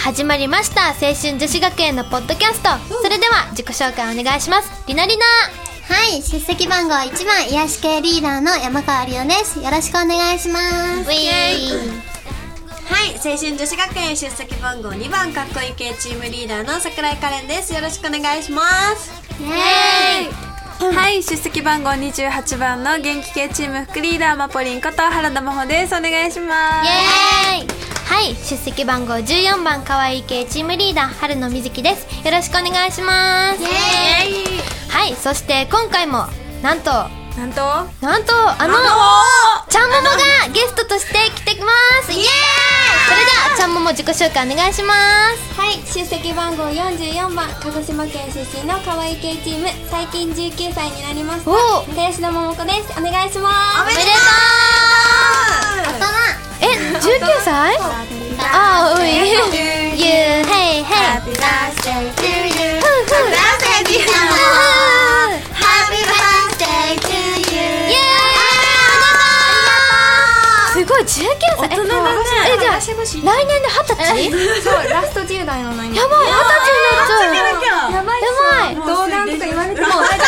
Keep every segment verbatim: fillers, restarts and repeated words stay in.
始まりました青春女子学園のポッドキャスト。それでは自己紹介お願いします。りなりな。 はい、出席番号いちばん癒し系リーダーの山川りおです。よろしくお願いします。 ウェイ。 はい、青春女子学園出席番号にばんかっこいい系チームリーダーの桜井かれんです。よろしくお願いします。 イエーイ。 はい、出席番号にじゅうはちばんの元気系チーム副リーダーまぽりんこと原田真帆です。お願いします。 イエーイ。はい、出席番号じゅうよんばんかわいい系チームリーダー春野みずきです。よろしくお願いします。 イエーイ。 はい、そして今回もなんとなんとなんとあのちゃんももがゲストとして来てます。イエーイ。それではちゃんもも自己紹介お願いします。 はい、出席番号よんじゅうよんばん鹿児島県出身の可愛い系チーム、最近じゅうきゅうさいになりましたお林田桃子です。お願いします。 おめでとう。 大人。 え、じゅうきゅうさい？あー、うい。You, hey, hey. Happy birthday to you. Happy birthday to you. Happy birthday to you. イエーイ。すごい、じゅうきゅうさい。 大人だね。 え、じゃあ来年ではたち？ そう、ラストじゅう代の何やばい、はたちになっちゃう。 やばいやばい。 童顔とか言われても青春だよ、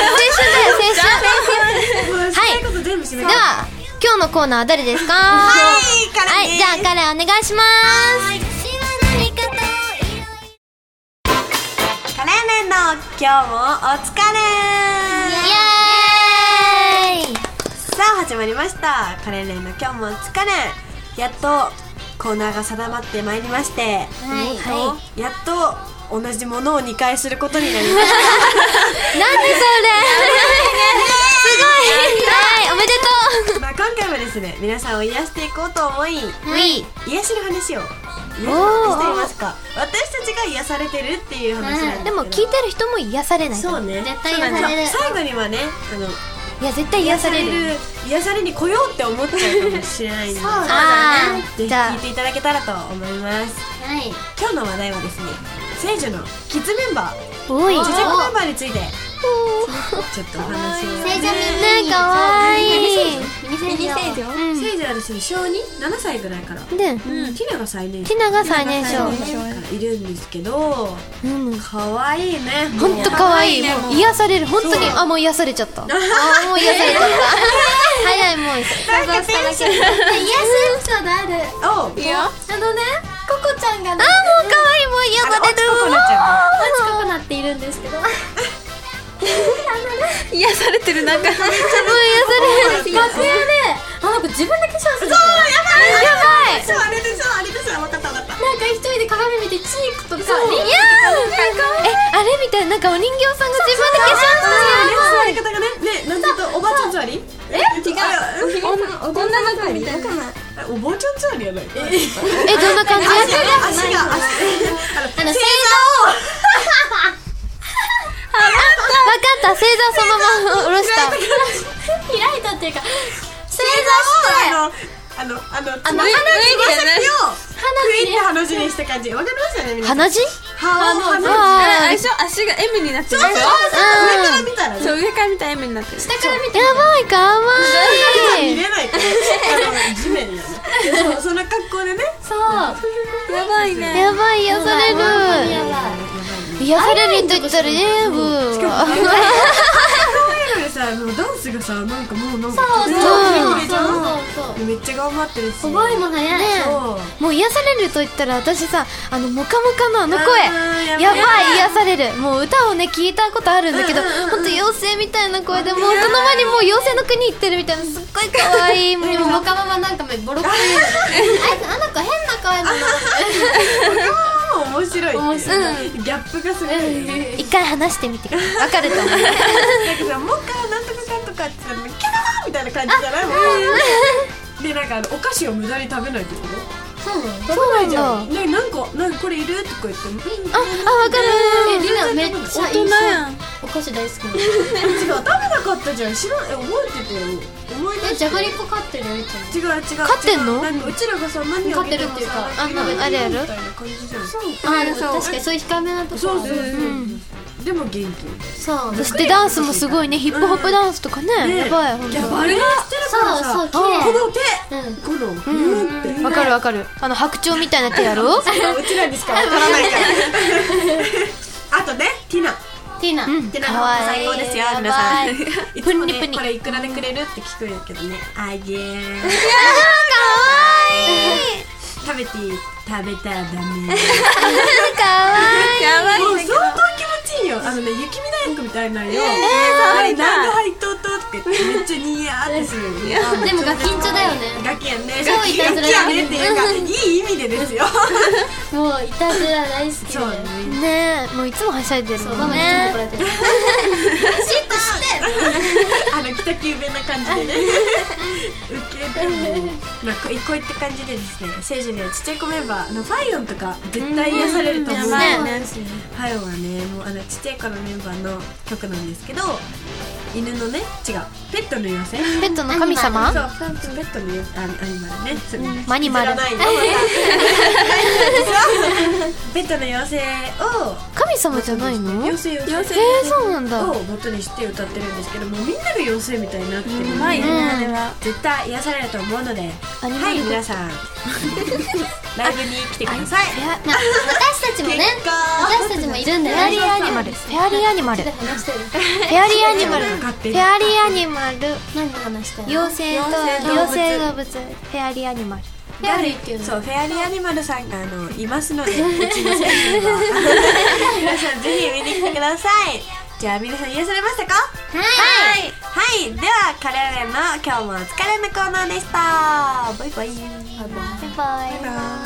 青春。 はい、こと全部締めでは今日のコーナーは誰ですか？ はいカレンです。 はい、じゃあカレンお願いします。 カレンレンの今日もお疲れ。 イエーイ。 さあ始まりましたカレンレンの今日もお疲れ。やっとコーナーが定まってまいりまして、 はいはやっと同じものをにかいすることになりました。 なんでそれすごい。はい、おめでとまあ今回はですね、皆さんを癒していこうと思い、 う。ウィ癒しの話を癒しの話していますか。私たちが癒されてるっていう話なんですけど、 でも聞いてる人も癒されない。 そうね、 絶対癒される。 最後にはね、あのいや絶対癒される。 癒されに来ようって思っちゃうかもしれないんで、 そうだね。 あー、 ぜひじゃ聞いていただけたらと思います。 はい。 今日の話題はですね、聖女のキッズメンバー、 あ、おい。 主人公メンバーについてちょっとお話を。 聖女ね、かわいい。 ミニ聖女。 うん。 聖女はですね、小にななさいぐらいから、 で、 うん、ティナが最年ティナが最年少。 からいるんですけど、 うん。 可愛いね。 ほんとかわいい。もう癒される。本当に、あ、もう癒されちゃった。あ、もう癒されちゃった。早い、もう。 想像しただけで。癒すエピソードある。 おう、 いいよ。 あのね、ココちゃんがね、 あ、もうかわいい。もう癒される。 ココナちゃん。 ちここなっているんですけど、 癒されてるなんか。 もう癒される。 楽屋で、あ、なんか自分で化粧する。 やばい。 そう、あれでしょ、あれでしょ、分かった分かった。 なんか一人で鏡見てチークとかリップとかいやー、え、あれみたいな、なんかお人形さんが自分で化粧座り方がね、ね、なんていうと、おばあちゃん座り？え、違う。 女の子みたいな。 おばあちゃん座りやない。 してる。え、どんな感じ？ 足が、足が、 あの、星座をわかった、星座そのまま下ろした。 開いたっていうか、正あの、あの、あの、つま先を、クイってハの字にした感じ。わかりましたね、皆さん。 鼻血？ 歯を、鼻ああれでしょ、足が M になってるでしょ。 上から見たらね。 そう、上から見たら M になってる。 下から見て、 やばい、かわいい。 見れないから、あの、地面にね。そう、そんな格好でね。 そう、 やばいね。 やばい、癒される。癒されると言ったらね、ブー。 さ、もうダンスがさ、なんかもうなんかそうそうそう、めっちゃ頑張ってるし、 覚えも早い。 そうもう癒されると言ったら私さ、あのモカモカのあの声あーやばやばいい、癒される。もう歌をね聞いたことあるんだけど、ほんと妖精みたいな声で、もうその場にもう妖精の国行ってるみたいな、すっごい可愛い。もうでもモカママなんかボロッコにあの子変な声なの。 面白い。面白い。ギャップがすごい。 一回話してみてわかると思う。 なんかさ、もうかなんとかかんとかってさ、キャーみたいな感じじゃないもん。で、なんかあのお菓子を無駄に食べないってこと？ そうなの？ そうなんだ。 ね、なんか、なんかこれいるとか言っても、 あ、あ、わかる。 え、リナめっちゃ大人やん。 お菓子大好きなの。 違う、食べなかったじゃん。知らん、え、覚えててよ。思い出え、 して。 じゃがりこ飼ってるよ、いつも。 違う違う。 飼ってんの？ 違うなんかうちらがさ、何をあげてもさ、 飼ってるっていうかあ、あれやる？ みたいな感じじゃん。 あ、でも確かにそういう控えめなとこそうそうそう。 うん。 でも元気。 そうそしてダンスもすごいね、ヒップホップダンスとかね、やばいほんと。 いやバレエしてるからさ、 そうそうこの手、 うんこのうんってわかるわかる、あの白鳥みたいな手やろ。 うちらにしかわからないからあとねティナティナ、 うんティナかのわいい、 最高ですよやばい皆さんいつもねプニプニこれいくらでくれるって聞くんやけどね、あげー食べて食べたらダメやばもういんだけど。 相当気持ちいいよ。あのね、雪見大福みたいなんよ。あれなんか入っとっとってめっちゃニヤーってするよね。 でもガキンチョだよね。 ガキやね。 超いたずらガキやねっていうか、いい意味でですよ。 もういたずら大好きで。 そうね。 ねえ、もういつもはしゃいでるそう、 もんママにちょっと怒らね。 れてる。 あの北九弁な感じでね。ウケたね。まあこうこういった感じでですね、聖女にはちっちゃい子メンバーのファイオンとか絶対癒されると思う。 やばいね。ファイオンはね、もうあのちっちゃい子のメンバーの曲なんですけど、犬のね、違うペットの妖精。 ペットの神様。 そう、ペットの妖精、あアニマルね。それマニマル引きずらないのペットの妖精を神様じゃないの？ 妖精妖精えー、そうなんだ。 を元にして歌ってるんですけども、みんなが妖精みたいになってるので、 うまいね、あれは。 絶対癒されると思うので、 アニマルはい皆さんライブに来てください。 まあ、私たちもね、私たちもいるんだよ。 フェアリーアニマル、フェアリーアニマル、フ話してる。 ェアリーアニマル、フ勝手にェアリーアニマル、 何の話してるの？ 妖精と妖精動物、フェアリーアニマル。 フェアリーっていうの？ そう、フェアリーアニマルさんがあのいますので、うちの選手は皆さんぜひ見に来てください。じゃあ皆さん癒されましたか？ はいはい、ではカレーレンの今日もお疲れのコーナーでした。バイバイ。 バイバイ。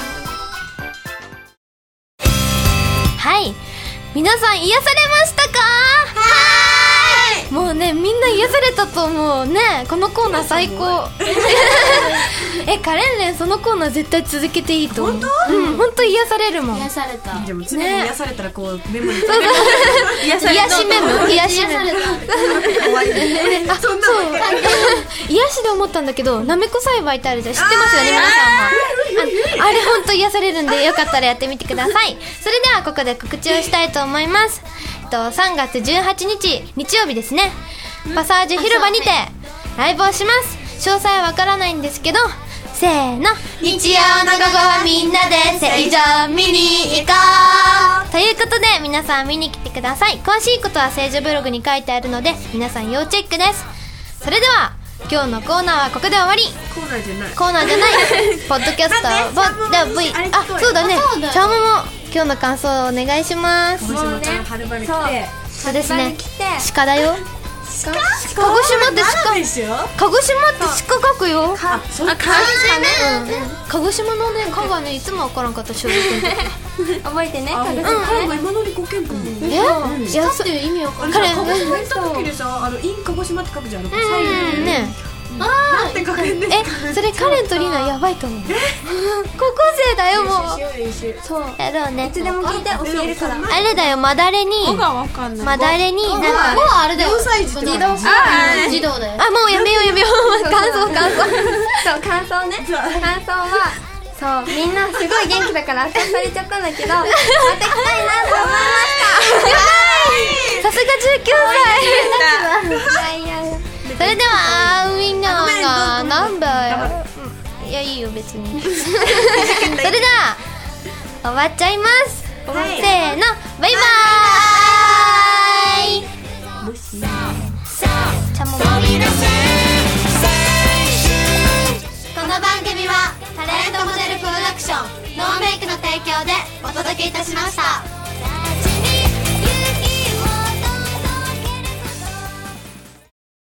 はい、皆さん癒されましたか？はい。もうね、みんな癒されたと思うね。このコーナー最高。え、カレンレンそのコーナー絶対続けていいと思う。本当？うん、本当癒されるもん。 癒された。 でも常に癒されたらこうメモに癒され癒しメモ、癒しメモ。 怖いね。 あ、そう。癒しで思ったんだけど、なめこ栽培ってあるじゃん。知ってますよね、皆さんも。ああれ本当癒されるんで、よかったらやってみてください。それではここで告知をしたいと思います。えっとさんがつじゅうはちにち日曜日ですね。パサージュ広場にてライブをします。詳細はわからないんですけど、せーの、日曜の午後はみんなで成城見に行こうということで、皆さん見に来てください。詳しいことは成城ブログに書いてあるので、皆さん要チェックです。それでは今日のコーナーはここで終わり。 コーナーじゃない。 コーナーじゃないポッドキャスターボでは V あ、そうだね。チャーモも今日の感想をお願いします。 鹿児島からはるばる来て、 そうですね、 来て鹿だよ。鹿児島ってなん鹿、 でしょ？ 鹿児島って鹿書くよ。 あ、そっか。 鹿児島のね、鹿がね、いつもわからんかった小学校の時。 覚えてね、 あ、 鹿児うん、 島ね。 今のにごけんかも。 え、いや、そう意味わかんあない。 れさ、鹿児島行った時にさ、あのイン鹿児島って書くじゃん。 う左右んね。 なんて書くんですか？ え、それカレンとリナやばいと思う。高校生だよもう。 練習。 そう。 やろうねい。つでも聞いて教えるから。 あれだよ、まだれに語がわかんない。 まだれになんもうか、 あれだよ。 よんさい児って児童感じ。 児童だよ。 あ、もうやめようやめよう。感想感想。 そう、感想ね。感想は、そう、みんなすごい元気だから圧倒されちゃったんだけど、また来たいなと思いまさすがじゅうきゅうした。いやいやいや。 さい。それではみんながなんだよ。いや、いいよ別に。それでは終わっちゃいます。せーの、バイバーイ。ちゃもも。 この番組はタレントモデルプロダクションノーメイクの提供でお届けいたしました。